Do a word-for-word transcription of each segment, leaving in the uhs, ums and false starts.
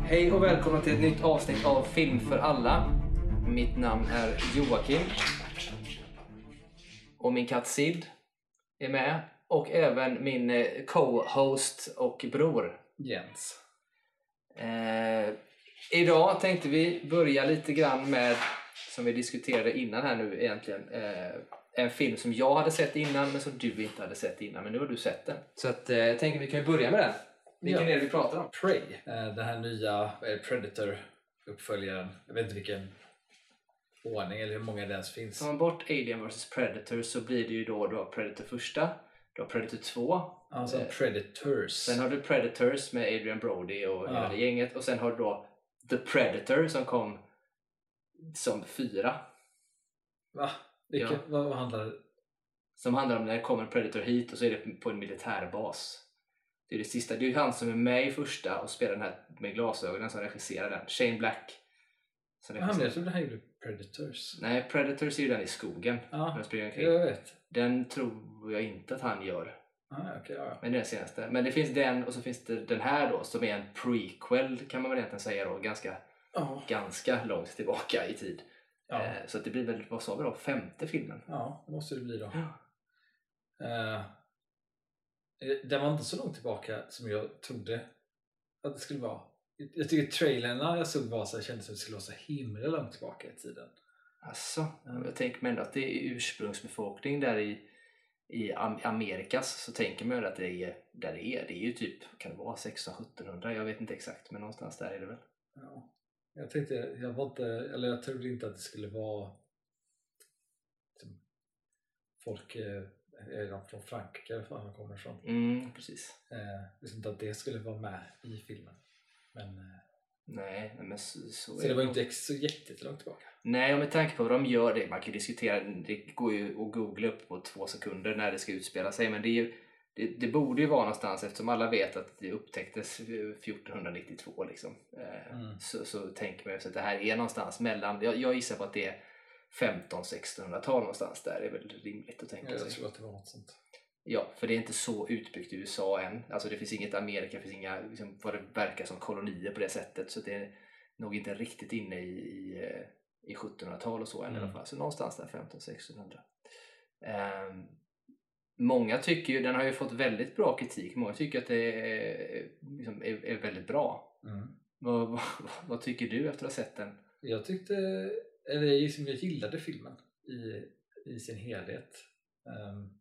Hej och välkomna till ett nytt avsnitt av Film för alla. Mitt namn är Joakim. Och min katt Sid är med. Och även min co-host och bror Jens. Eh, idag tänkte vi börja lite grann med, som vi diskuterade innan här nu egentligen, eh, en film som jag hade sett innan men som du inte hade sett innan. Men nu har du sett den. Så att, eh, jag tänker vi kan börja med den. Vilken ja. är det vi pratar om? Prey. Eh, den här nya Predator-uppföljaren. Jag vet inte vilken ordning eller hur många det ens finns. Tar man bort Alien versus. Predator så blir det ju då du har Predator första, du har Predator två. Alltså eh, Predators. Sen har du Predators med Adrian Brody och hela ja. det gänget. Och sen har du då The Predator som kom som fyra. Va? Vilket, ja. Vad handlar det? Som handlar om när det kommer en Predator hit och så är det på en militärbas. Det är det sista. Det är ju han som är med i första och spelar den här med glasögonen som regisserar den. Shane Black. Som regisserar. Ja, jag trodde det här gjorde Predators. Nej, Predators är ju den i skogen. Ja, jag vet. Den tror jag inte att han gör. Ah, okay, ja. Men det är den senaste. Men det finns den och så finns det den här då som är en prequel kan man väl egentligen säga då. Ganska, oh. ganska långt tillbaka i tid. Ja. Eh, så att det blir väl, vad sa vi då? Femte filmen. Ja, det måste det bli då. Ja. Uh. Den var inte så långt tillbaka som jag trodde att det skulle vara. Jag tycker trailerna jag såg var så jag kände att det skulle vara så himla långt tillbaka i tiden. Alltså, mm. jag tänker mig ändå att det är ursprungsbefolkning där i, i Amerikas, så tänker man att det är där det är. Det är ju typ, kan det vara sextonhundra sjuttonhundra, jag vet inte exakt, men någonstans där är det väl. Ja. Jag tänkte, jag var inte, eller jag trodde inte att det skulle vara liksom, folk är de från Frankrike för han kommer ifrån. Mm, precis. Eh, liksom inte att det skulle vara med i filmen. Men, eh, nej, men så, så, så det var inte så jättelångt tillbaka. Nej, och med tanke på vad de gör, det man kan diskutera, det går ju att googla upp på två sekunder när det ska utspela sig, men det, är ju, det, det borde ju vara någonstans, eftersom alla vet att det upptäcktes fjortonhundranittiotvå liksom. Eh, mm. så, så tänker man ju att det här är någonstans mellan, jag, jag gissar på att det är femton sextonhundratal någonstans där, det är väl rimligt att tänka sig. Ja, jag tror att det var något sånt. Ja, för det är inte så utbyggt i U S A än. Alltså det finns inget Amerika, det finns inga, liksom, vad det verkar som kolonier på det sättet. Så det är nog inte riktigt inne i, i, i sjuttonhundratal och så än mm. i alla fall. Så någonstans där femton sextonhundra. Um, många tycker ju, den har ju fått väldigt bra kritik. Många tycker att det är, liksom, är, är väldigt bra. Mm. Vad, vad, vad tycker du efter att ha sett den? Jag tyckte, eller jag gillade filmen i, i sin helhet. Um,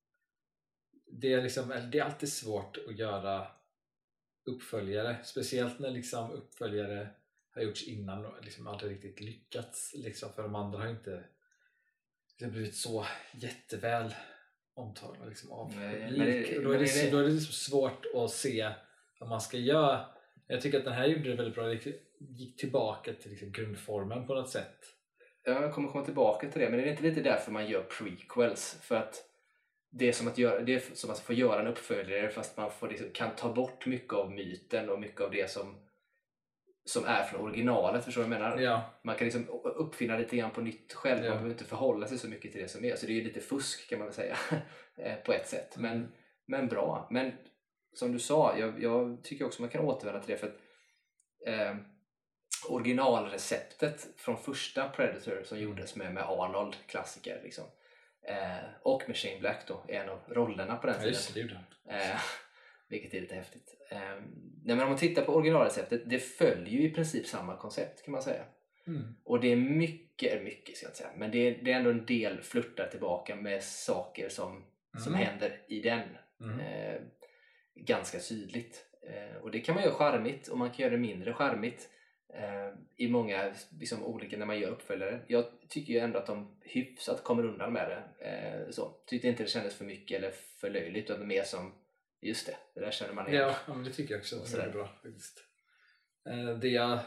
Det är, liksom, det är alltid svårt att göra uppföljare, speciellt när liksom uppföljare har gjorts innan och liksom aldrig riktigt lyckats liksom, för de andra har inte liksom blivit så jätteväl omtagna liksom, av publik. Då är det, då är det liksom svårt att se vad man ska göra. Jag tycker att den här gjorde det väldigt bra, det gick tillbaka till liksom grundformen på något sätt. Jag kommer komma tillbaka till det, men det är inte lite därför man gör prequels, för att det är som att, göra, det är som att få göra en uppföljare fast man får liksom, kan ta bort mycket av myten och mycket av det som, som är från originalet, förstår du vad jag menar? Ja. Man kan liksom uppfinna lite grann på nytt själv, ja. Man behöver inte förhålla sig så mycket till det som är, så det är ju lite fusk kan man väl säga på ett sätt, men, mm. men bra. Men som du sa, jag, jag tycker också man kan återvända till det, för att eh, originalreceptet från första Predator som mm. gjordes med, med Arnold, klassiker liksom. Eh, och med Shane Black då, en av rollerna på den ja, tiden. just det, det. Eh, vilket är lite häftigt. Eh, nej, men om man tittar på originalreceptet, det följer ju i princip samma koncept kan man säga. Mm. Och det är mycket, mycket ska jag säga, men det är, det är ändå en del flörtar tillbaka med saker som, mm. som händer i den. Mm. Eh, ganska tydligt. Eh, och det kan man göra charmigt och man kan göra det mindre charmigt. Uh, i många liksom, olika när man gör uppföljare. Jag tycker ju ändå att de hyfsat kommer undan med det. Uh, så. Tyckte inte det kändes för mycket eller för löjligt, utan mer som just det, det där känner man igen. Ja, ja men det tycker jag också det är bra faktiskt. Uh, det, jag,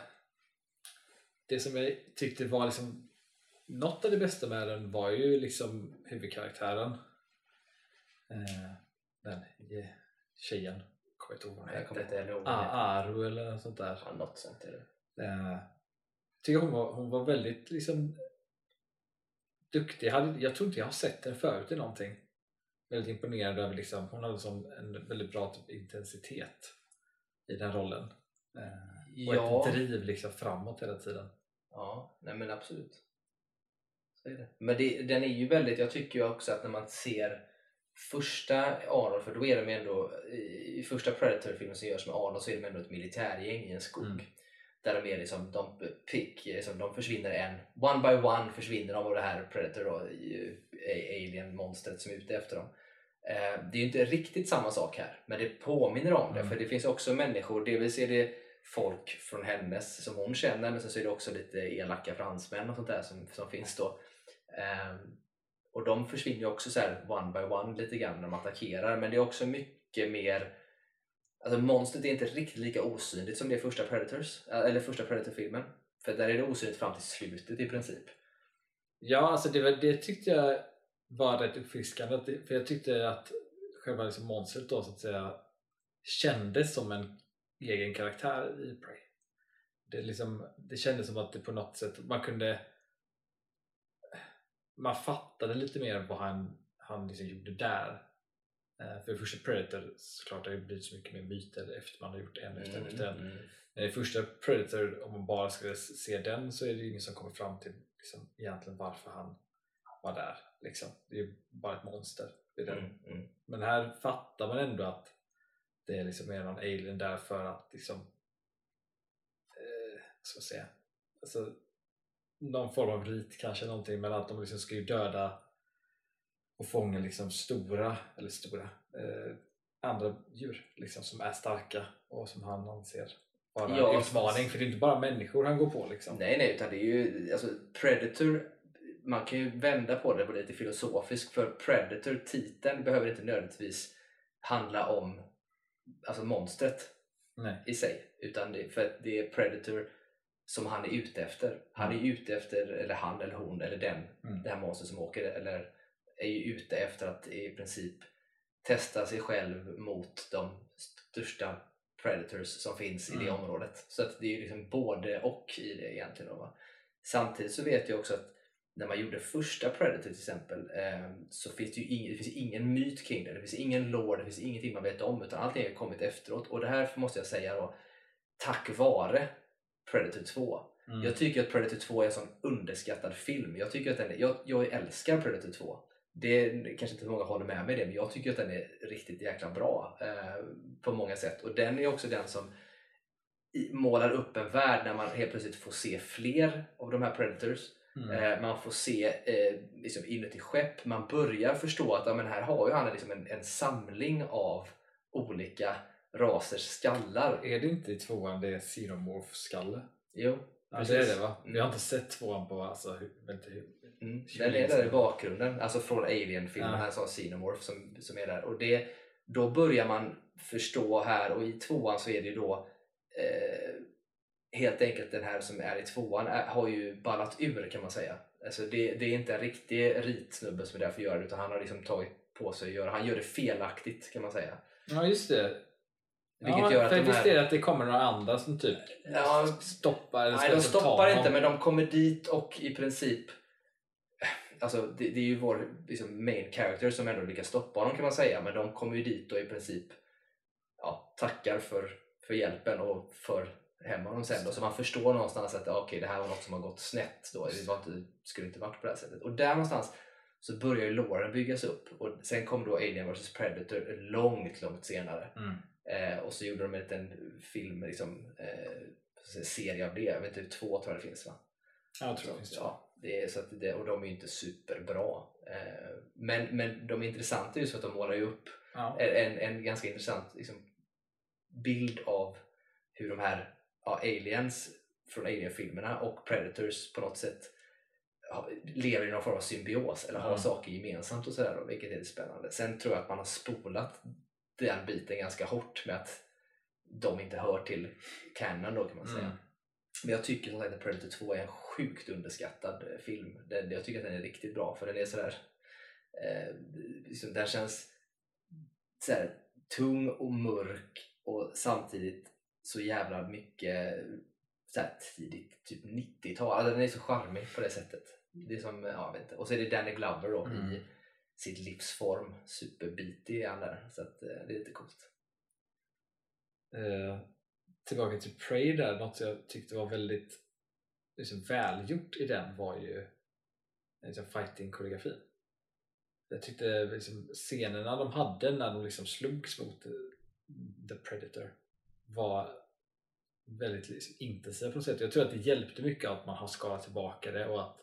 det som jag tyckte var liksom något av det bästa med den var ju liksom huvudkaraktären. Uh, den tjejen kommer jag inte ihåg vad hon heter. Ah, Aru eller något sånt där. Ja, något sånt är det. Uh, tycker hon var, hon var väldigt liksom duktig. Jag, hade, jag tror inte jag har sett den förut i någonting. Väldigt imponerad över liksom, hon hade som en väldigt bra typ, intensitet i den rollen. eh, och ja. ett driv liksom framåt hela tiden. Ja, nej men absolut. Så är det. Men det, den är ju väldigt, jag tycker ju också att när man ser första Arnold, för då är de ändå i första Predator-filmen som görs med Arnold så är de ändå ett militärgäng i en skog. Mm. Där de är liksom, de pick, liksom, de försvinner en, one by one försvinner de av det här Predator då, alien-monstret som är ute efter dem. Eh, det är ju inte riktigt samma sak här, men det påminner om det, mm. för det finns också människor, dels är det folk från hennes som hon känner, men sen så är det också lite elaka fransmän och sånt där som, som finns då. Eh, och de försvinner ju också så här one by one lite grann när de attackerar, men det är också mycket mer, alltså monstret är inte riktigt lika osynligt som det första Predators, eller första Predator-filmen, för där är det osynligt fram till slutet i princip. Ja, alltså det, var, det tyckte jag var rätt uppfriskande, för jag tyckte att själva liksom monstret då så att säga kändes som en egen karaktär i Prey. Det, liksom, det kändes som att det på något sätt man kunde, man fattade lite mer vad han, han liksom gjorde där. För första Predator såklart har det blivit så mycket mer myter efter man har gjort en efter en efter en. Mm. Men i första Predator, om man bara skulle se den, så är det ingen som kommer fram till liksom, egentligen varför han var där. Liksom. Det är bara ett monster. Det är den. Mm. Mm. Men här fattar man ändå att det är liksom någon alien där för att liksom, eh, ska jag säga, alltså, någon form av rit kanske, någonting, men att de liksom ska ju döda och fånga liksom stora eller stora eh, andra djur liksom, som är starka och som han anser vara ja, en utmaning, för det är inte bara människor han går på liksom. Nej, nej, utan det är ju alltså, Predator, man kan ju vända på det på lite filosofiskt, för Predator-titeln behöver inte nödvändigtvis handla om alltså monstret nej. i sig, utan det, för att det är Predator som han är ute efter. Han är ute efter, eller han eller hon eller den, mm. det här monstret som åker, eller är ju ute efter att i princip testa sig själv mot de största predators som finns mm. i det området. Så att det är ju liksom både och i det egentligen då, va? Samtidigt så vet jag också att när man gjorde första Predator till exempel eh, så finns det ju ing- det finns ingen myt kring det. Det finns ingen lore, det finns ingenting man vet om, utan allting har kommit efteråt. Och det här måste jag säga då, tack vare Predator två. Mm. Jag tycker att Predator två är en sån underskattad film. Jag tycker att den är, jag, jag älskar Predator två. Det är kanske inte många håller med mig det, men jag tycker att den är riktigt jäkla bra eh, på många sätt. Och den är också den som i, målar upp en värld när man helt plötsligt får se fler av de här Predators. Mm. Eh, man får se eh, liksom inuti skepp. Man börjar förstå att ja, men här har ju han liksom en, en samling av olika rasers skallar. Är det inte i tvåan det är Xenomorph-skalle? Jo, ja, det är det, va? Vi har inte sett tvåan på alltså, hur, inte hur, mm. Den är där i bakgrunden, alltså från Alien-filmen, ja. Här sa Xenomorph som, som är där. Och det, då börjar man förstå här, och i tvåan så är det då eh, helt enkelt den här som är i tvåan är, har ju ballat ur, kan man säga. Alltså det, det är inte en riktig ritsnubbe som är där för att göra det, utan han har liksom tagit på sig att göra, han gör det felaktigt, kan man säga. Ja, just det. Vilket ja, gör att för de visst här... är det att det kommer några andra som typ ja, stoppar eller nej, de stoppar inte, men de kommer dit och i princip alltså det, det är ju vår liksom, main character som ändå lyckas stoppa honom, kan man säga, men de kommer ju dit och i princip ja, tackar för, för hjälpen och för hem honom sen då, så man förstår någonstans att okay, det här var något som har gått snett då, det var inte, skulle inte varit på det här sättet, och där någonstans så börjar ju loren byggas upp, och sen kom då Alien versus Predator långt, långt senare. Mm. Eh, och så gjorde de en liten film, liksom, eh, serie av det, jag vet inte, två tror jag det finns, va? Ja, jag tror det finns. Ja, det är, så att det, och de är ju inte superbra. Eh, men, men de är intressanta just för att de målar ju upp ja. en, en ganska intressant liksom, bild av hur de här ja, aliens från Alien-filmerna och Predators på något sätt lever i någon form av symbios eller har mm. saker gemensamt och sådär, vilket är lite spännande. Sen tror jag att man har spolat den biten ganska hårt med att de inte hör till canon då, kan man säga. Mm. Men jag tycker som sagt att Predator två är en sjukt underskattad film. Den, jag tycker att den är riktigt bra, för den är sådär eh, liksom, den känns sådär tung och mörk och samtidigt så jävla mycket såhär tidigt, typ nittiotal. Alltså, den är så charmig på det sättet. Det är som, ja, jag vet inte. Och så är det Danny Glover då mm. i sitt livsform, superbitig är han där, så att, eh, det är lite coolt. Uh, tillbaka till Prey där, något jag tyckte var väldigt liksom, välgjort i den var ju liksom, fighting-koreografin. Jag tyckte liksom, scenerna de hade när de liksom, slogs mot The Predator var väldigt liksom, intensiva på något sätt. Jag tror att det hjälpte mycket att man har skalat tillbaka det och att,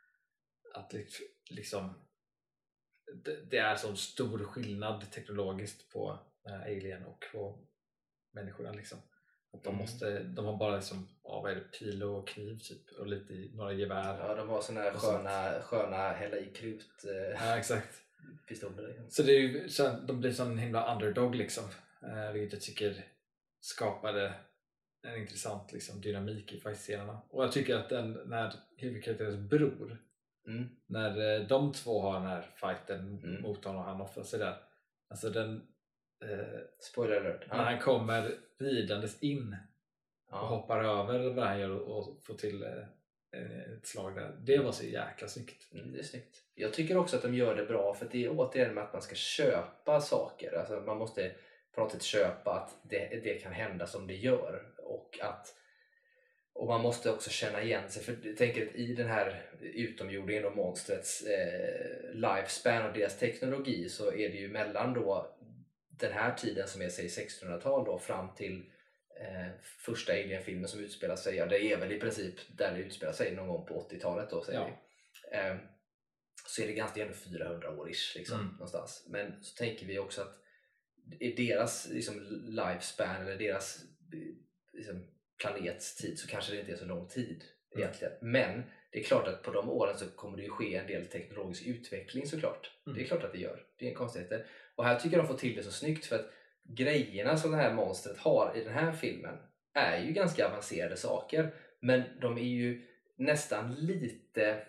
att liksom, det, det är sån stor skillnad teknologiskt på äh, Alien och på människorna liksom. Att de, måste, de har bara liksom, ja, vad är det, pil och kniv typ och lite några gevär. Ja, de har såna här sköna, sköna hälla i krut eh, ja, exakt. pistoler liksom. Så det är ju, så de blir sån himla underdog liksom, eh, vilket jag tycker skapade en intressant liksom, dynamik i fight-scenerna. Och jag tycker att den, när huvudkaraktärens bror mm. när eh, de två har den här fighten mm. mot honom och han offrar sig där, alltså den eh, spoiler alert. när han kommer ridandes in ja. och hoppar över vad han gör och får till eh, ett slag där, det var så jäkla snyggt. Mm, det är snyggt. Jag tycker också att de gör det bra, för det är återigen med att man ska köpa saker, alltså man måste på något sätt köpa att det, det kan hända som det gör, och att och man måste också känna igen sig, för jag tänker att i den här utomjordingen och monstrets eh, lifespan och deras teknologi, så är det ju mellan då den här tiden som är säg sextonhundratal då fram till eh, första Alien-filmen som utspelar sig, ja det är väl i princip där det utspelar sig någon gång på åttiotalet då säger ja. vi. Eh, så är det ganska ändå fyrahundra år ish liksom, mm. någonstans. Men så tänker vi också att i deras liksom, lifespan eller deras liksom, planets tid så kanske det inte är så lång tid mm. egentligen. Men det är klart att på de åren så kommer det ju ske en del teknologisk utveckling såklart. Mm. Det är klart att det gör. Det är en konstighet. Och här tycker jag de får till det så snyggt, för att grejerna som det här monstret har i den här filmen är ju ganska avancerade saker. Men de är ju nästan lite,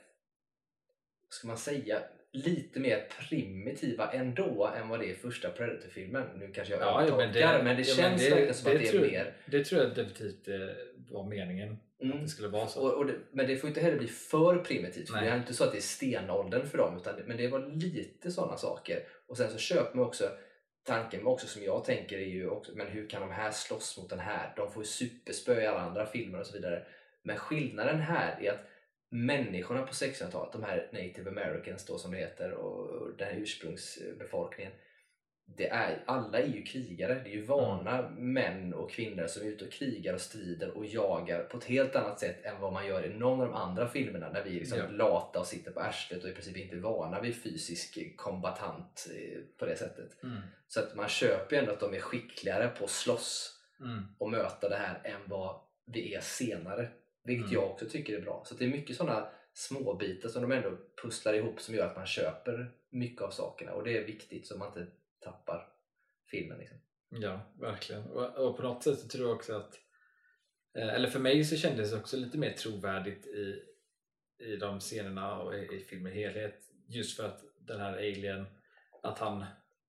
ska man säga, lite mer primitiva ändå än vad det är i första Predator-filmen. Nu kanske jag ja, övertolkar, men det, men det ja, känns men det, verkligen som det att det är tror, mer... Det tror jag definitivt var meningen. Mm. Att det skulle vara så. Och, och det, men det får inte heller bli för primitivt. För det är inte så att det är stenåldern för dem. Utan det, men det var lite sådana saker. Och sen så köper man också... Tanken också som jag tänker är ju också, men hur kan de här slåss mot den här? De får ju superspö i alla andra filmer och så vidare. Men skillnaden här är att människorna på sextonhundratalet, de här Native Americans då som det heter, och den här ursprungsbefolkningen, det är, alla är ju krigare. Det är ju vana mm. män och kvinnor som är ute och krigar och strider och jagar på ett helt annat sätt än vad man gör i någon av de andra filmerna, där vi liksom ja. lata och sitter på arslet och i princip inte är vana vid fysisk kombatant på det sättet. Mm. Så att man köper ju ändå att de är skickligare på att slåss mm. och möta det här än vad vi är senare. Vilket mm. jag också tycker är bra. Så det är mycket sådana små bitar som de ändå pusslar ihop som gör att man köper mycket av sakerna. Och det är viktigt så man inte tappar filmen liksom. Ja, verkligen. Och, och på något sätt så tror jag också att eh, eller för mig så kändes det också lite mer trovärdigt i, i de scenerna och i, i filmen helhet. Just för att den här alien, att han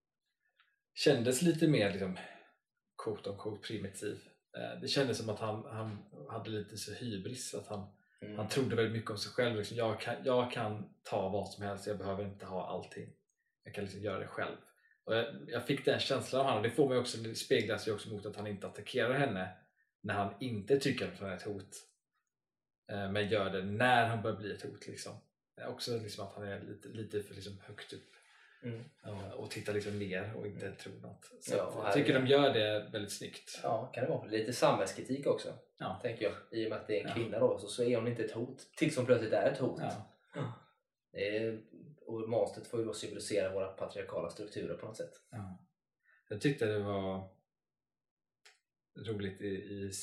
kändes lite mer liksom quote on quote primitiv. Det kändes som att han, han hade lite så hybris, att han, mm. han trodde väldigt mycket om sig själv. Liksom, jag, kan, jag kan ta vad som helst, jag behöver inte ha allting. Jag kan liksom göra det själv. Och jag, jag fick den känslan av honom. Det får mig också, det speglas ju också mot att han inte attackerar henne när han inte tycker att hon är ett hot. Men gör det när han börjar bli ett hot. Liksom. Också liksom att han är lite, lite för liksom högt upp. Mm. Och tittar liksom ner och inte mm. tror något. Så ja, jag tycker de gör det väldigt snyggt. Ja, kan det vara. Lite samhällskritik också, ja. tänker jag. I och med att det är en ja. kvinna då, så, så är hon inte ett hot. Tills hon plötsligt är ett hot. Ja. Ja. Det är, och monstret får ju då symbolisera våra patriarkala strukturer på något sätt. Ja. Jag tyckte det var roligt i, i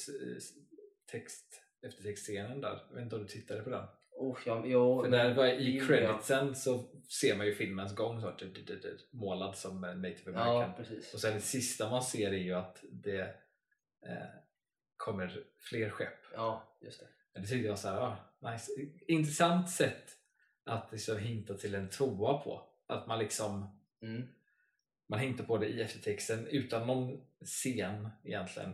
text, eftertextscenen där. Jag vet inte om du tittade på den. Oh, ja, jo, för när det var i creditsen så ser man ju filmens gång så, målad som Native American. Ja, och sen det sista man ser är ju att det eh, kommer fler skepp. Ja, just det. Men det tyckte jag var så här, ah, nice. Intressant sätt att liksom hinta till en tvåa på. Att man liksom mm. man hintar på det i eftertexten utan någon scen egentligen.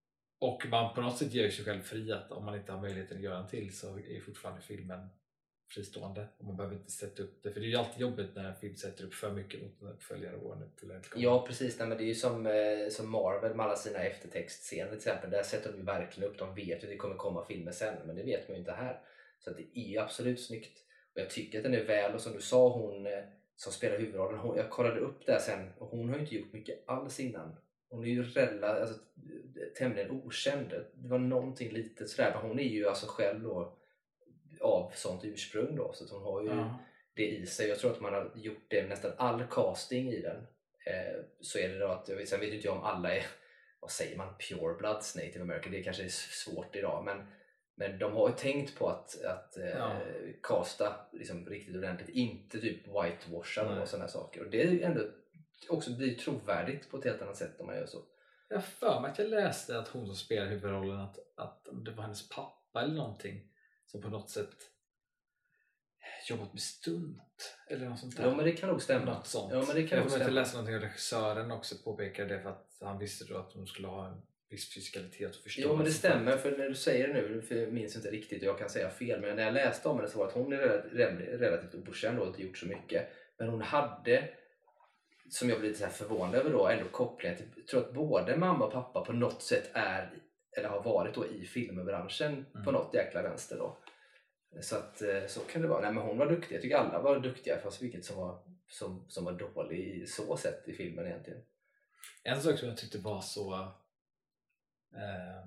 Och man på något sätt gör sig själv fri, att om man inte har möjligheten att göra en till så är fortfarande filmen fristående och man behöver inte sätta upp det, för det är ju alltid jobbigt när en film sätter upp för mycket mot en uppföljare och en uppföljare. Ja precis, nej, men det är ju som, eh, som Marvel med alla sina eftertextscener till exempel, där sätter de ju verkligen upp, de vet ju att det kommer komma filmer sen, men det vet man ju inte här, så att det är ju absolut snyggt och jag tycker att den är väl, och som du sa, hon eh, som spelar huvudrollen, hon, jag kollade upp det sen och hon har ju inte gjort mycket alls innan. Hon är ju rela, alltså, tämligen okänd. Det var någonting litet sådär, men hon är ju alltså själv då av sånt ursprung då, så att hon har ju ja. det i sig. Jag tror att man har gjort det nästan all casting i den. Eh, så är det då att, jag vet, sen vet inte jag om alla är, vad säger man, pure bloods, Native American, det kanske är svårt idag, men, men de har ju tänkt på att, att eh, ja. casta liksom riktigt ordentligt, inte typ whitewasha och sådana saker, och det är ju ändå också blir trovärdigt på ett helt annat sätt om man gör så. Jag för mig att jag läste att hon som spelar huvudrollen, att, att det var hennes pappa eller någonting som på något sätt jobbat med stunt eller något sånt där. Ja, men det kan nog stämma. Något sånt. Ja, men det kan jag nog inte läsa någonting, och regissören också påpekade det, för att han visste då att hon skulle ha en viss fysikalitet och förståelse. Jo, men det stämmer, för när du säger det nu, för jag minns inte riktigt och jag kan säga fel, men när jag läste om det så var att hon är relativt, relativt okänd och inte gjort så mycket, men hon hade, som jag blev lite så här förvånad över då, ändå kopplingen till, jag tror att både mamma och pappa på något sätt är, eller har varit då i filmbranschen mm. på något jäkla vänster då. Så att så kan det vara. Nej, men hon var duktig. Jag tycker alla var duktiga, fast vilket som var, som, som var dålig i så sätt i filmen egentligen. En sak som jag tyckte var så eh,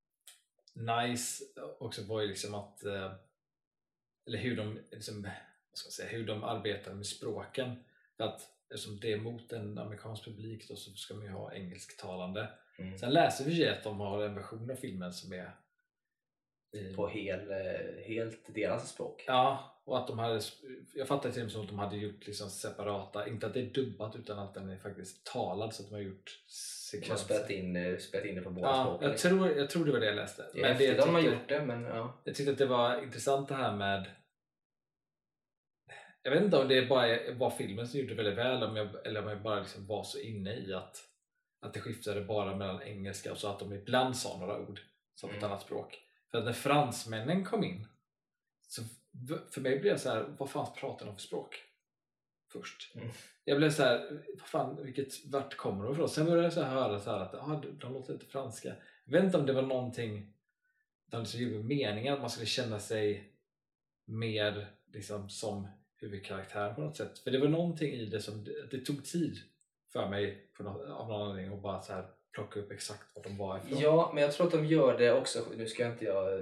nice också var ju liksom att eh, eller hur de liksom, vad ska man säga, hur de arbetar med språken, för att eftersom det är mot en amerikansk publik då, så ska man ju ha engelsktalande. Mm. Sen läser vi att de har en version av filmen som är i... på hel, helt deras språk. Ja, och att de hade, jag fattar till och med som att de hade gjort liksom separata, inte att det är dubbat utan att den är faktiskt talad, så att de har gjort sekvenser. De har spelat in, spelat in det på båda ja, språken. Jag tror, jag tror det var det jag läste. Det är men det, de har gjort det, men ja. Jag tyckte att det var intressant det här med, jag vet inte om det bara var filmen som gjorde det väldigt väl, om jag, eller om jag bara liksom var så inne i att, att det skiftade bara mellan engelska och så att de ibland sa några ord som mm. ett annat språk. För att när fransmännen kom in, så för mig blev det så här, vad fan pratar de för språk först? Mm. Jag blev så här, vad fan, vilket, vart kommer de ifrån? Sen började jag så här höra så här att ah, de låter lite franska. Jag vet inte om det var någonting där det gjorde meningen att man skulle känna sig mer liksom som huvudkaraktär på något sätt. För det var någonting i det som, det, det tog tid för mig på något, av någon anledning att bara så här plocka upp exakt vad de var ifrån. Ja, men jag tror att de gör det också, nu ska jag inte jag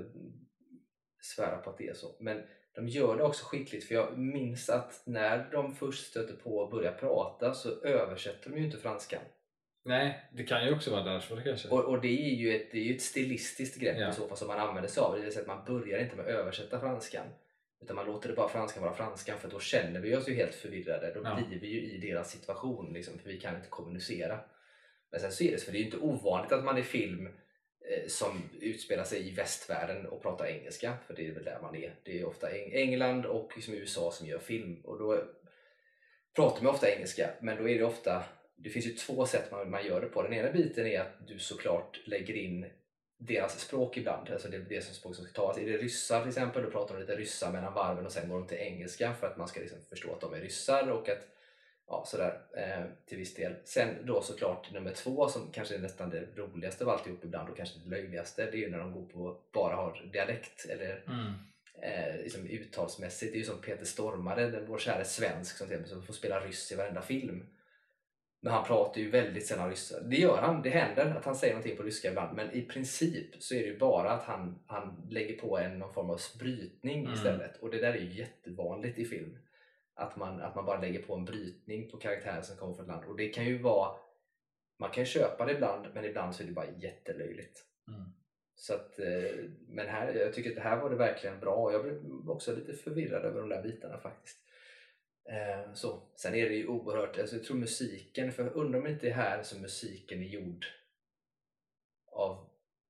svära på att det är så, men de gör det också skickligt, för jag minns att när de först stöter på och börjar prata så översätter de ju inte franskan. Nej, det kan ju också vara därför kanske. Och, och det är ju ett, det är ju ett stilistiskt grepp ja. i så fall som man använder sig av. Det vill säga att man börjar inte med att översätta franskan, utan man låter det bara franskan vara franskan, för då känner vi oss ju helt förvirrade. Då ja. blir vi ju i deras situation, liksom, för vi kan inte kommunicera. Men sen så är det så, för det är ju inte ovanligt att man i film eh, som utspelar sig i västvärlden och pratar engelska, för det är väl där man är. Det är ofta Eng- England och liksom U S A som gör film, och då pratar man ofta engelska, men då är det ofta, det finns ju två sätt man, man gör det på. Den ena biten är att du såklart lägger in deras språk ibland, alltså det är det som språk som ska talas. Är det ryssar till exempel, då pratar de lite ryssar mellan varven och sen går de till engelska för att man ska liksom förstå att de är ryssar och att ja, sådär eh, till viss del. Sen då såklart nummer två, som kanske är nästan det roligaste av alltihop ibland och kanske det löjligaste, det är ju när de går på bara har dialekt eller mm. eh, liksom uttalsmässigt. Det är ju som Peter Stormare, den vår kära svensk som till exempel får spela ryss i varenda film. Men han pratar ju väldigt sällan ryska. Det gör han, det händer att han säger någonting på ryska ibland, men i princip så är det ju bara att han, han lägger på en någon form av brytning mm. istället. Och det där är ju jättevanligt i film. Att man, att man bara lägger på en brytning på karaktären som kommer från ett land. Och det kan ju vara, man kan köpa det ibland, men ibland så är det bara jättelöjligt. Mm. Så att, men här, jag tycker att det här var det verkligen bra. Jag blev också lite förvirrad över de där bitarna faktiskt. Så. Sen är det ju oerhört, alltså jag tror musiken, för jag undrar om inte det här som musiken är gjord av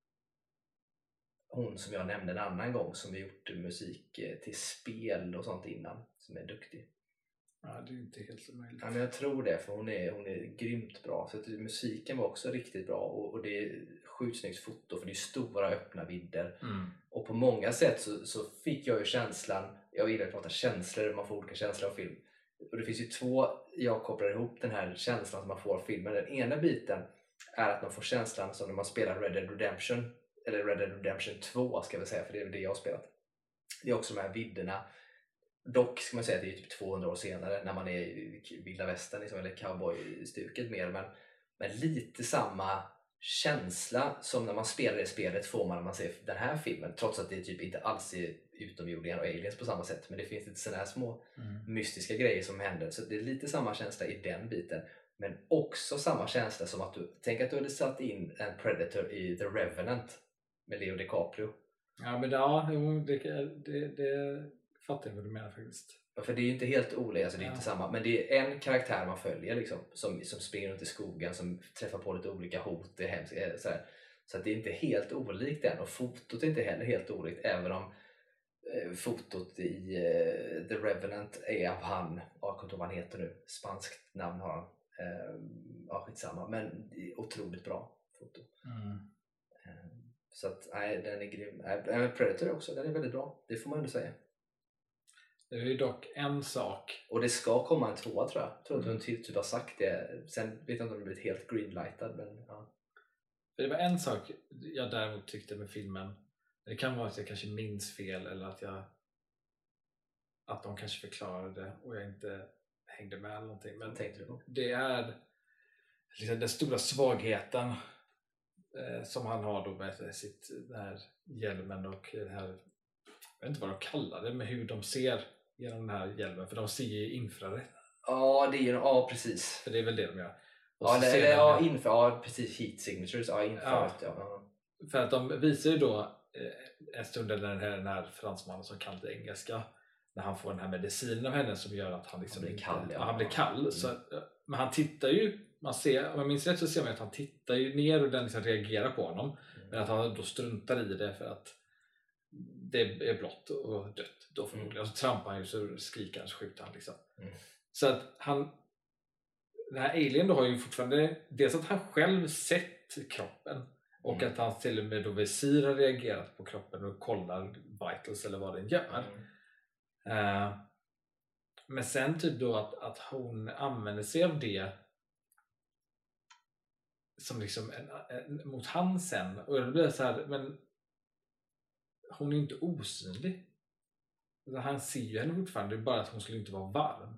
hon som jag nämnde en annan gång som har gjort musik till spel och sånt innan, som är duktig. Ja, det är inte helt omöjligt. Ja, men jag tror det, för hon är, hon är grymt bra. Så att musiken var också riktigt bra, och, och det är sjukt snyggt foto, för det är stora öppna vidder. Mm. Och på många sätt så, så fick jag ju känslan, jag gillar att prata känslor, man får olika känslor av film. Och det finns ju två, jag kopplar ihop den här känslan som man får av filmen. Den ena biten är att man får känslan som när man spelar Red Dead Redemption, eller Red Dead Redemption två ska vi säga, för det är det jag har spelat. Det är också de här vidderna. Dock ska man säga att det är typ tvåhundra år senare när man är i vilda västern liksom, eller cowboy-stuket mer, men, men lite samma känsla som när man spelar det spelet får man när man ser den här filmen, trots att det typ inte alls är utomjordingar och aliens på samma sätt, men det finns lite sådana här små mm. mystiska grejer som händer, så det är lite samma känsla i den biten, men också samma känsla som att du, tänk att du hade satt in en Predator i The Revenant med Leo DiCaprio. Ja, men ja, det, det, det fattar jag vad du menar faktiskt. Ja, för det är ju inte helt olika, alltså det är ja. inte samma, men det är en karaktär man följer liksom, som, som springer runt i skogen, som träffar på lite olika hot, det är hemskt, så, här. Så att det är inte helt olikt den, och fotot är inte heller helt olikt, även om eh, fotot i eh, The Revenant är av han, jag kommer inte ihåg vad han heter nu, spanskt namn har han, eh, ja skitsamma, men det är otroligt bra foto. Mm. Eh, så att nej, den är grym. Eh, Predator också, den är väldigt bra, det får man ändå säga. Det är ju dock en sak. Och det ska komma en tvåa tror jag. Jag tror att mm. du typ har sagt det. Sen vet jag inte om det blivit helt greenlightad. Men, ja. Det var en sak jag däremot tyckte med filmen. Det kan vara att jag kanske minns fel. Eller att jag att de kanske förklarade och jag inte hängde med eller någonting. Men tänkte du på? Det är liksom den stora svagheten eh, som han har då med sitt, den här hjälmen och det här, jag vet inte vad de kallar det, men hur de ser genom den här hjälmen, för de ser ju infrarött. Ja, det är ju, ja precis. För det är väl det de gör. Och ja, det, eller, ja, infra, ja, precis, heat signatures, ja, infrarött, ja. ja. För att de visar ju då eh, en stund där den här, den här fransmannen som kan lite engelska, när han får den här medicinen av henne som gör att han liksom han blir kall. Inte, ja. ja, han blir kall. Mm. Så, men han tittar ju, man ser, om jag minns rätt så ser man att han tittar ju ner och den liksom reagerar på honom. Mm. Men att han då struntar i det för att det är blått och dött då förmodligen. Mm. Och så trampar han ju, så skriker han, så skjuter han liksom. Mm. Så att han, den här alien då har ju fortfarande, dels att han själv sett kroppen och mm. att han till och med då visir har reagerat på kroppen och kollar vitals eller vad den gör. Mm. Uh, men sen typ då att, att hon använder sig av det som liksom en, en, mot han sen, och det blir så här, men hon är inte osynlig. Alltså, han ser ju henne fortfarande, det är bara att hon skulle inte vara varm.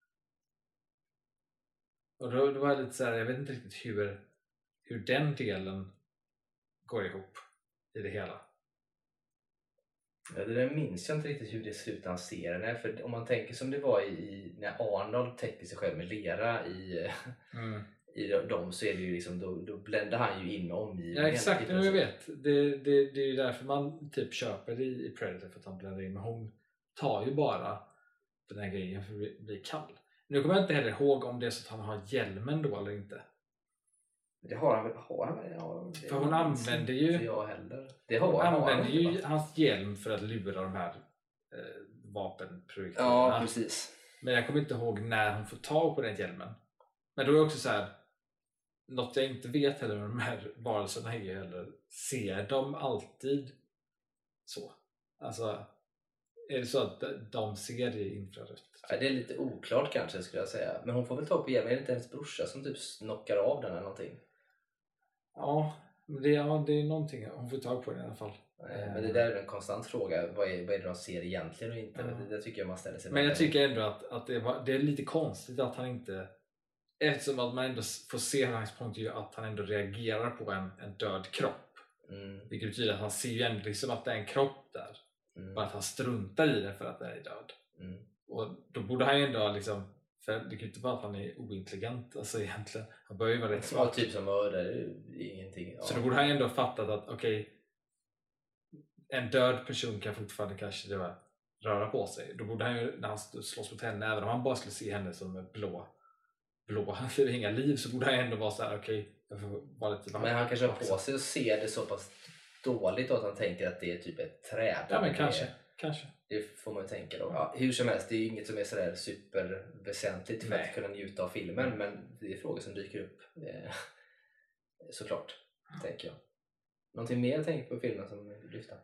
Och då, då var jag lite så här, jag vet inte riktigt hur, hur den delen går ihop i det hela. Ja, det där minns jag inte riktigt hur det ser ut när han ser henne. För om man tänker som det var i, när Arnold täckte sig själv med lera i, mm. i dem, så är det ju liksom, då, då bländar han ju in med omgivningen. Ja, exakt, men jag vet. Det, det, det är ju därför man typ köper det i Predator, för att han bländar in. Men hon tar ju bara den här grejen för att bli kall. Nu kommer jag inte heller ihåg om det är så att han har hjälmen då eller inte. Det har han väl? Har han, ja, för hon använder ju jag heller. Det har, hon har använder han ju inte, hans hjälm för att lura de här eh, vapenprojektilerna. Ja, precis. Men jag kommer inte ihåg när hon får tag på den hjälmen. Men då är det också så här, något jag inte vet heller med de här varelserna är heller, ser de alltid så? Alltså, är det så att de ser det infrarött? Ja, det är lite oklart kanske, skulle jag säga. Men hon får väl ta på hjälmen. Är det inte hennes brorsa som typ knockar av den eller någonting? Ja, det, ja, det är någonting hon får tag på den i alla fall. Nej, men det där är en konstant fråga. Vad är, vad är det de ser egentligen och inte? Ja. Det, det tycker jag man ställer sig. Men jag tycker ändå att, att det, var, det är lite konstigt att han inte, eftersom att man ändå får se hans punkt är att han ändå reagerar på en, en död kropp. Mm. Vilket betyder att han ser ju ändå liksom att det är en kropp där. Mm. Bara att han struntar i det för att det är död. Mm. Och då borde han ju ändå liksom, för det kan ju inte vara att han är ointelligent, alltså egentligen. Han bör ju vara rätt smart. Ja, typ som mördare, ingenting. Ja. Så då borde han ju ändå ha fattat att okej, okay, en död person kan fortfarande kanske det var, röra på sig. Då borde han ju, när han slåss mot henne, även om han bara skulle se henne som blå, blå, för inga liv, så borde han ändå vara så här: okej, okay, jag får vara lite varm. Men han kanske har på sig och ser det så pass dåligt att han tänker att det är typ ett träd. Ja, men kanske. Är, Kanske. Det får man ju tänka då. Ja, hur som helst, det är ju inget som är sådär superväsentligt för Nej. att kunna njuta av filmen, mm. men det är frågor som dyker upp. Eh, såklart, mm. tänker jag. Någonting mer tänkt på filmen som du lyfter?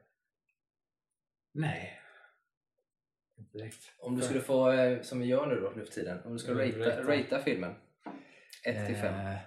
Nej. Inte direkt. Om du skulle få, som vi gör nu då nu för tiden, om du skulle mm, ratea, ratea filmen ett till fem. Eh,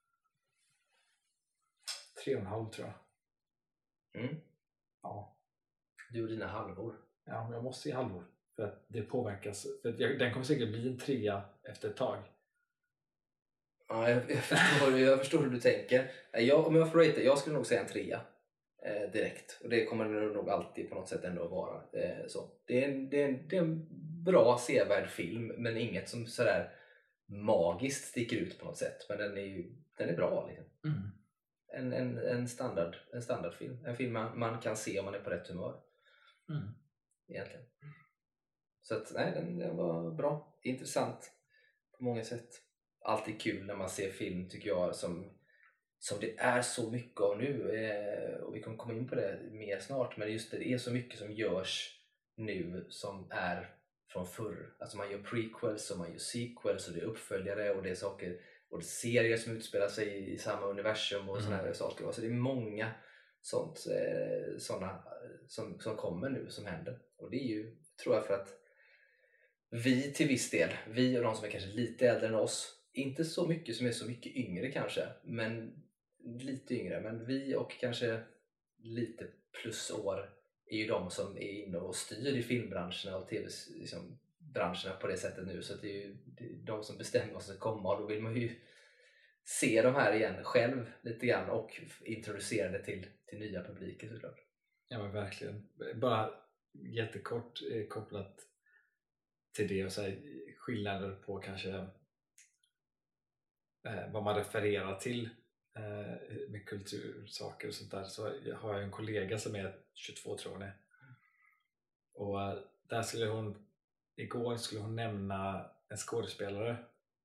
tre och en halv tror jag. Mm. Ja. Du och dina halvor. Ja, men jag måste ge halvor. För att det påverkas. För att jag, den kommer säkert bli en trea efter ett tag. Ja, jag, jag, förstår, jag förstår hur du tänker. Jag, om jag får ratea, jag skulle nog säga en trea. Eh, direkt. Och det kommer det nog alltid på något sätt ändå vara. Eh, så. Det, är en, det, är en, det är en bra sevärd film, men inget som sådär magiskt sticker ut på något sätt. Men den är ju den är bra. Liksom. Mm. En, en, en, standard, en standardfilm. En film man, man kan se om man är på rätt humör. Mm. Egentligen. Så att, nej, den, den var bra. Intressant på många sätt. Alltid kul när man ser film, tycker jag, som, som det är så mycket av nu. Eh, och vi kommer komma in på det mer snart. Men just det, det är så mycket som görs nu som är från förr. Alltså man gör prequels och man gör sequels och det är uppföljare och det är saker och det är serier som utspelar sig i samma universum och mm. såna här saker. Så det är många sånt, eh, såna som, som kommer nu som händer. Och det är ju, tror jag, för att vi till viss del, vi och de som är kanske lite äldre än oss, inte så mycket som är så mycket yngre kanske, men lite yngre, men vi och kanske lite plus år är ju de som är inne och styr i filmbranschen och tv-branscherna liksom, på det sättet nu. Så det är ju det är de som bestämmer vad som ska komma, och då vill man ju se de här igen själv lite grann och introducera det till, till nya publiker såklart. Ja, men verkligen. Bara jättekort eh, kopplat till det och så här, skillnader på kanske eh, vad man refererar till eh, med kultursaker och sånt där. Så har jag en kollega som är tjugotvå, tror jag hon är. Och eh, där skulle hon, igår skulle hon nämna en skådespelare.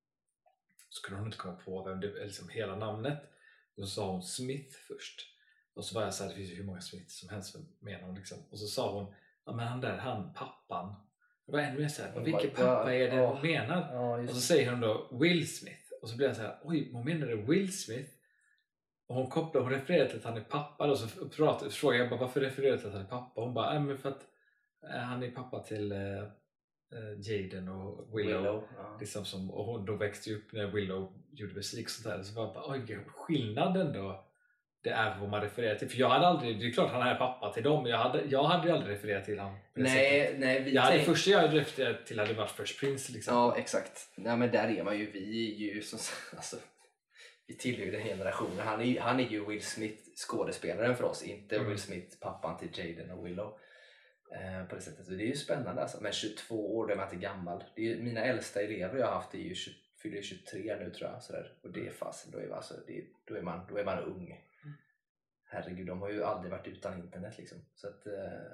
Så kunde hon inte komma på vem det är, liksom hela namnet. Då sa hon Smith först. Och så var jag så här, det finns ju hur många Smith som helst, menar hon liksom. Och så sa hon, ja men han där, han, pappan. Det var ännu mer så här, vilken pappa är det hon oh. menar? Oh, och så säger hon då Will Smith. Och så blir jag så här, oj, hon menade Will Smith. Och hon kopplar, hon refererar till att han är pappa. Och så pratar, frågar jag bara, varför refererar till att han är pappa? Hon bara, äh, men för att äh, han är pappa till äh, äh, Jaden och Willow. Willow ja. Liksom som, och hon då växte upp när Willow gjorde musik och sånt där. Så var jag bara, oj, skillnaden då. Det är vad man refererar till. För jag hade aldrig, det är klart han är pappa till dem, men jag hade, jag hade ju aldrig refererat till honom. Nej, nej, vi jag hade tänk... första jag hade refererat till hade varit Fresh Prince liksom. Ja, exakt. Ja, men där är man ju, vi är ju som, alltså, vi tillhör ju den generationen. Han är, han är ju Will Smith skådespelaren för oss, inte mm. Will Smith pappan till Jaden och Willow. Eh, på det sättet. Så det är ju spännande alltså. Men tjugotvå år, då är man inte gammal. Det är ju, mina äldsta elever jag har haft är ju tjugo, fyller tjugotre nu tror jag. Sådär. Och det är fast, då är, alltså, det, då är, man, då är man ung. Herregud, de har ju aldrig varit utan internet liksom. Så att... Eh...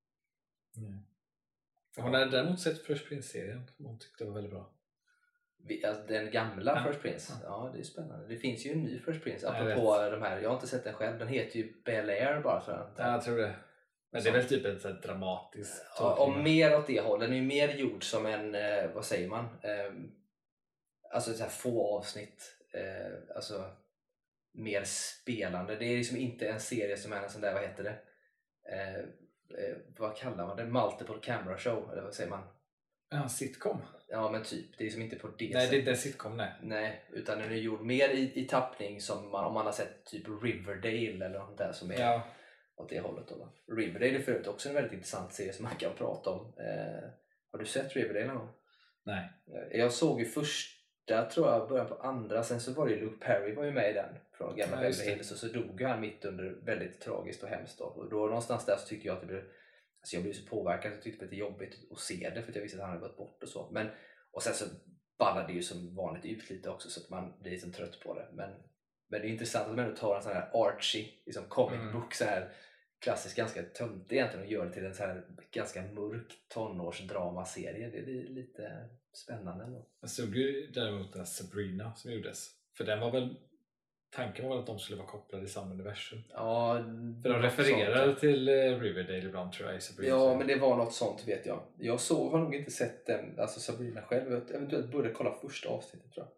Mm. Hon hade däremot sett Fresh Prince-serien som hon tyckte var väldigt bra. Vi, alltså, den gamla ja. Fresh Prince? Ja. ja, det är spännande. Det finns ju en ny Fresh Prince. Apropå jag de här, jag har inte sett den själv. Den heter ju Bel Air bara för att... Ja, jag tror det. Men det är väl typ en sån dramatisk... Ja, och mer åt det hållet. Den är ju mer gjord som en, eh, vad säger man? Eh, alltså så här få avsnitt. Eh, alltså... mer spelande. Det är liksom inte en serie som är en sån där, vad heter det? Eh, eh, vad kallar man det? Multiple camera show, eller vad säger man? Ja, sitcom. Ja, men typ. Det är liksom inte på det Nej, sättet. det är inte en sitcom, nej. Nej, utan den är gjord mer i, i tappning som man, om man har sett typ Riverdale eller något där som är ja. åt det hållet då. Va? Riverdale är förut också en väldigt intressant serie som man kan prata om. Eh, har du sett Riverdale någon gång? Nej. Jag såg ju först där tror jag början på andra, sen så var det Luke Perry var ju med i den från gamla ja, Beverly Hills, och så dog han mitt under väldigt tragiskt och hemskt då. Och då någonstans där så tyckte jag att det blev, alltså jag blev så påverkad, jag tyckte att det var jobbigt att se det för att jag visste att han hade gått bort och så. Men, och sen så ballade det ju som vanligt ut lite också så att man blir liksom trött på det. Men, men det är intressant att man ändå tar en sån här Archie, liksom comic mm. book, så här klassiskt ganska tönt egentligen, och gör det till en så här ganska mörk tonårsdramaserie. Det är lite spännande ändå. Jag såg ju däremot den Sabrina som gjordes. För den var väl tanken var att de skulle vara kopplade i samma universum. Ja, för de refererar sånt till Riverdale ibland, tror jag. Sabrina. Ja, men det var något sånt, vet jag. Jag så, har nog inte sett den, alltså Sabrina själv. Jag eventuellt började kolla första avsnittet, tror jag.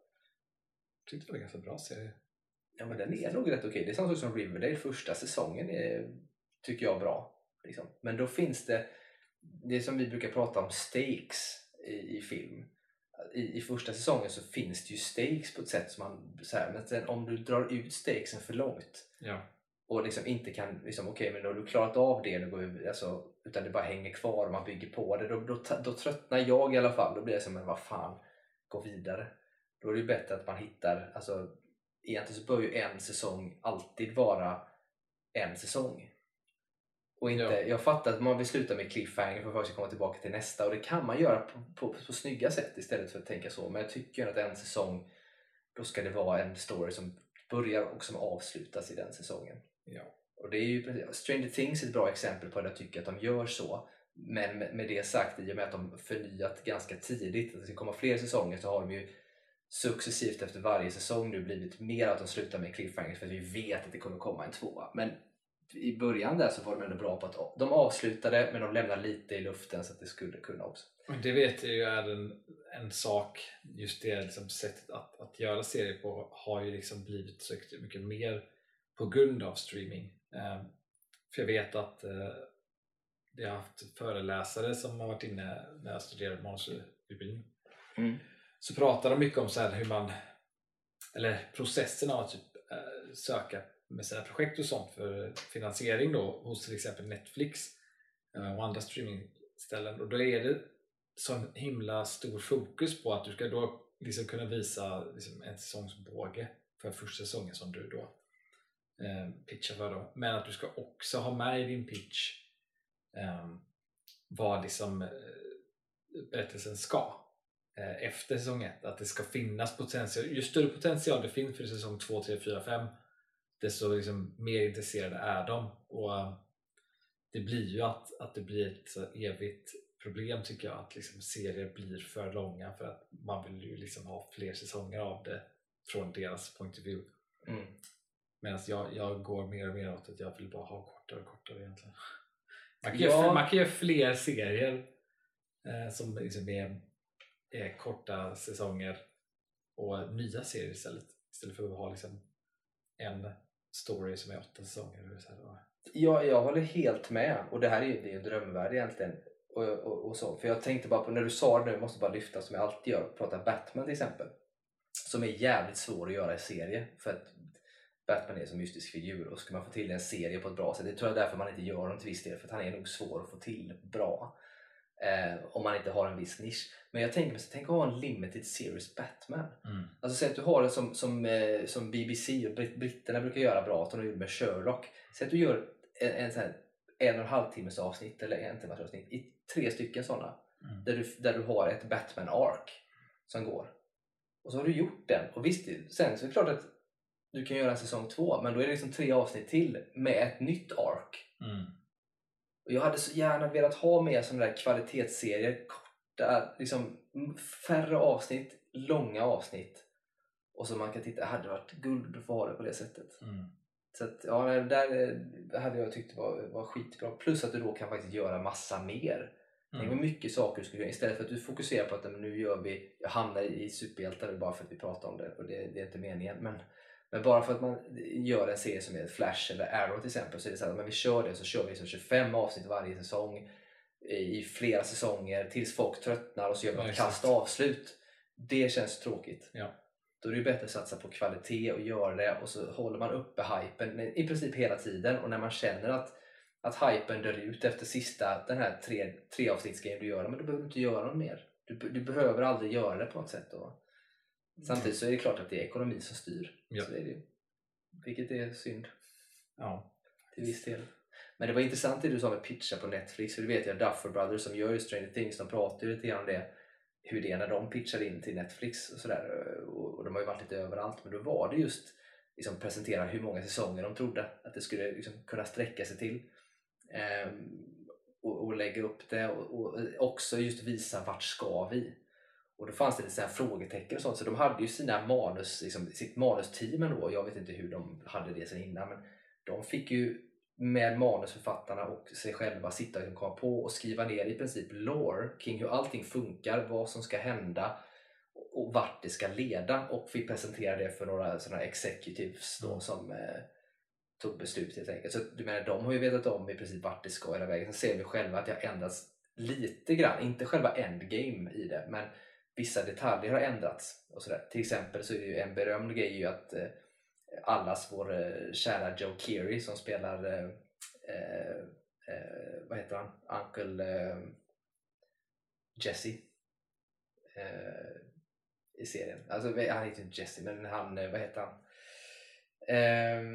Jag tyckte det var en ganska bra serie. Ja, men den är nog rätt okej. Det är samma sak som Riverdale. Första säsongen är, tycker jag, bra. Liksom. Men då finns det, det som vi brukar prata om, stakes i, i film. I, I första säsongen så finns det ju stakes på ett sätt som man, så här, men sen om du drar ut stakesen för långt, ja. och liksom inte kan, liksom, okej, okay, men då har du klarat av det, nu går, alltså, utan det bara hänger kvar och man bygger på det, då, då, då tröttnar jag i alla fall. Då blir det som, men vad fan, gå vidare. Då är det ju bättre att man hittar, alltså, egentligen så bör ju en säsong alltid vara en säsong. Och inte, ja. Jag fattar att man vill sluta med cliffhanger för att faktiskt komma tillbaka till nästa, och det kan man göra på, på, på snygga sätt istället för att tänka så. Men jag tycker att en säsong, då ska det vara en story som börjar och som avslutas i den säsongen. Ja. Och det är ju, Stranger Things är ett bra exempel på att jag tycker att de gör så. Men med, med det sagt, i och med att de förnyat ganska tidigt, att det ska komma fler säsonger, så har de ju successivt efter varje säsong nu blivit mer att de slutar med cliffhangers, för att vi vet att det kommer komma en tvåa. Men i början där så var de ändå bra på att de avslutade, men de lämnar lite i luften så att det skulle kunna också. Det vet jag ju är en, en sak, just det liksom, sättet att, att göra serier på har ju liksom blivit så mycket mer på grund av streaming. Eh, för jag vet att eh, jag har haft föreläsare som har varit inne när jag studerade manusutbildning. Mm. Så pratar de mycket om så här hur man, eller processen av att typ, eh, söka med sina projekt och sånt för finansiering då hos till exempel Netflix eh, och andra streamingställen. Och då är det sån himla stor fokus på att du ska då liksom kunna visa liksom en säsongsbåge för första säsongen som du då eh, pitchar för då. Men att du ska också ha med i din pitch eh, vad liksom eh, berättelsen ska eh, efter säsong ett. Att det ska finnas potential. Ju större potential det finns för säsong två, tre, fyra, fem, desto liksom mer intresserade är de. Och uh, det blir ju att, att det blir ett så evigt problem, tycker jag, att liksom serier blir för långa, för att man vill ju liksom ha fler säsonger av det från deras point of view. Mm. Medan jag, jag går mer och mer åt att jag vill bara ha kortare och kortare egentligen. Man kan, ja. göra, man kan göra fler serier eh, som liksom är, är korta säsonger och nya serier istället, istället för att ha liksom en story som är åtta säsonger. Så här då. Ja, jag håller helt med, och det här är ju, det är en drömvärld egentligen. Och, och, och så. För jag tänkte bara på, när du sa det nu, måste bara lyfta som jag alltid gör, prata Batman till exempel, som är jävligt svår att göra i serie, för att Batman är en så mystisk figur, och ska man få till en serie på ett bra sätt, det tror jag därför man inte gör honom till viss del, för att han är nog svår att få till bra eh, om man inte har en viss nisch. Men jag tänker mig, tänk att ha en limited series Batman. Mm. Alltså säg att du har det som, som, eh, som B B C och britterna brukar göra bra, att de gjorde med Sherlock. Säg att du gör en, en, sån här, en och en halv timmes avsnitt eller en timmes avsnitt i tre stycken sådana, mm. där, du, där du har ett Batman-ark som går. Och så har du gjort den. Och visst, sen så är det klart att du kan göra en säsong två, men då är det liksom tre avsnitt till med ett nytt ark. Mm. Och jag hade så gärna velat ha med sådana där kvalitetsserier, korta, liksom färre avsnitt, långa avsnitt, och så man kan titta, hade varit guld att få ha det på det sättet. Mm. Så att, ja, där hade jag tyckt var, var skitbra. Plus att du då kan faktiskt göra massa mer. Mm. Tänk vad mycket saker du skulle göra, istället för att du fokuserar på att nu gör vi, jag hamnar i superhjältar bara för att vi pratar om det, och det, det är inte meningen, men Men bara för att man gör en serie som är Flash eller Arrow till exempel, så är det så att men vi kör det, så kör vi så tjugofem avsnitt varje säsong i flera säsonger tills folk tröttnar, och så gör man ett kast avslut. Det känns tråkigt. Ja. Då är det bättre att satsa på kvalitet och göra det, och så håller man uppe hypen i princip hela tiden. Och när man känner att, att hypen dör ut efter sista, den här tre, tre avsnittsgrejen du gör, men då behöver du inte göra något mer. Du, du behöver aldrig göra det på något sätt då. Samtidigt så är det klart att det är ekonomi som styr. Ja. Så det är det. Vilket är synd. Ja. Till viss del. Men det var intressant det du sa med pitcha på Netflix. För du vet jag, Duffer Brothers som gör Stranger Things, de pratar ju lite grann om det. Hur det är när de pitchar in till Netflix och sådär. Och de har ju varit lite överallt. Men då var det just liksom presentera hur många säsonger de trodde att det skulle liksom kunna sträcka sig till. Ehm, och, och lägga upp det. Och, och också just visa vart ska vi. Och då fanns det lite sådana frågetecken och sånt, så de hade ju sina manus, liksom, sitt manusteam ändå. Jag vet inte hur de hade det sen innan, men de fick ju med manusförfattarna och sig själva sitta och komma på och skriva ner i princip lore kring hur allting funkar, vad som ska hända och vart det ska leda, och fick presentera det för några sådana executives då, som eh, tog beslut helt enkelt. Så du menar, de har ju vetat om i princip vart det ska hela vägen. Sen ser vi själva att det har ändrats lite grann, inte själva endgame i det, men vissa detaljer har ändrats och sådär. Till exempel så är det ju en berömd grej ju att eh, allas vår eh, kära Joe Keery som spelar eh, eh, eh, vad heter han? Uncle eh, Jesse eh, i serien. Alltså han heter inte Jesse, men han, vad heter han? Eh,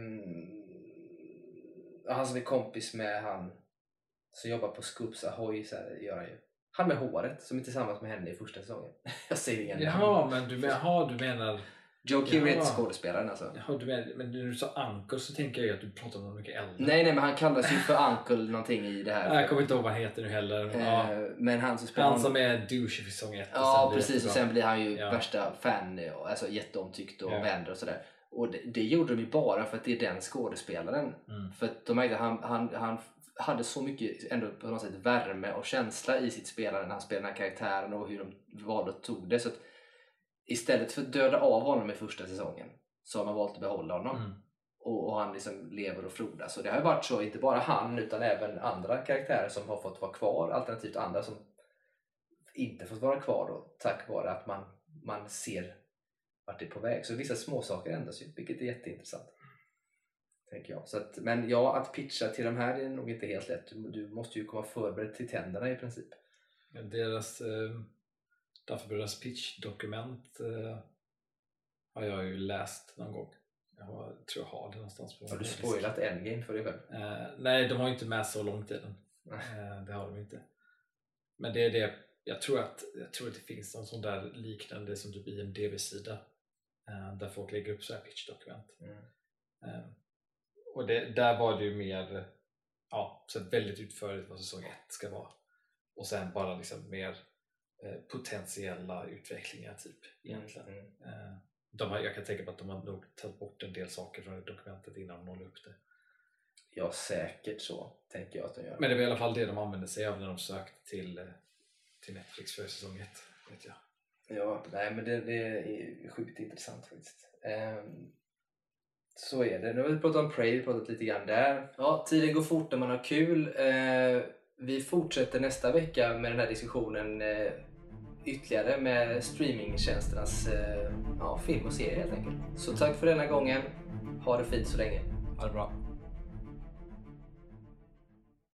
han som är kompis med han som jobbar på Scoops Ahoy, så här, gör han ju. Han med håret som är tillsammans med henne i första säsäsongen. Jag säger ingen. Jaha, men du, men, aha, du menar Joe Keery är skådespelaren alltså. Jaha, du menar, men när du sa Uncle så tänker jag att du pratar om någon mycket äldre. Nej, nej, men han kallas ju för Uncle någonting i det här. Jag kommer inte ihåg vad han heter nu heller. Ja. Eh, men han som spelar Han som är douche i säsong ett. Ja, precis. Och sen blir han ju ja. värsta fan, alltså jätteomtyckt och ja. vänner och sådär. Och det, det gjorde de ju bara för att det är den skådespelaren. Mm. För att de märkte att han, han, han hade så mycket ändå på något sätt värme och känsla i sitt spelare när han spelade den här karaktären och hur de valde och tog det. Så att istället för att döda av honom i första säsongen så har man valt att behålla honom. Mm. Och, och han liksom lever och frodas. Så det har ju varit så, inte bara han utan även andra karaktärer som har fått vara kvar, alternativt andra som inte fått vara kvar då, tack vare att man, man ser vart det är på väg. Så vissa små saker ändras ju, vilket är jätteintressant, tänker jag. Så att, men ja, att pitcha till de här är nog inte helt lätt. Du, du måste ju komma förberedd till tänderna i princip. Ja, deras eh, Duffer pitch-dokument eh, har jag ju läst någon gång. Jag har, tror jag har det någonstans. På har du spoilat Endgame för dig själv? Eh, nej, de har ju inte med så långt i den. Eh, det har de inte. Men det är det. Jag tror att, jag tror att det finns någon sån där liknande som typ i en D V-sida eh, där folk lägger upp så här pitch-dokument. Mm. Eh, och det, där var det ju mer, ja, så väldigt utförligt vad säsong ett ska vara. Och sen bara liksom mer eh, potentiella utvecklingar typ egentligen. Mm. Eh, de har, jag kan tänka på att de har nog tagit bort en del saker från dokumentet innan de nollade upp det. Ja, säkert så tänker jag att de gör. Men det var i alla fall det de använde sig av när de sökte till, till Netflix för säsong ett, vet jag. Ja, nej men det, det är sjukt intressant faktiskt. Um, så är det. Nu har vi pratat om Prey, vi har pratat lite grann där. Ja, tiden går fort när man har kul. Uh, vi fortsätter nästa vecka med den här diskussionen uh, ytterligare med streamingtjänsternas uh, ja, film och serie helt enkelt. Så tack för denna gången. Ha det fint så länge. Ha det bra.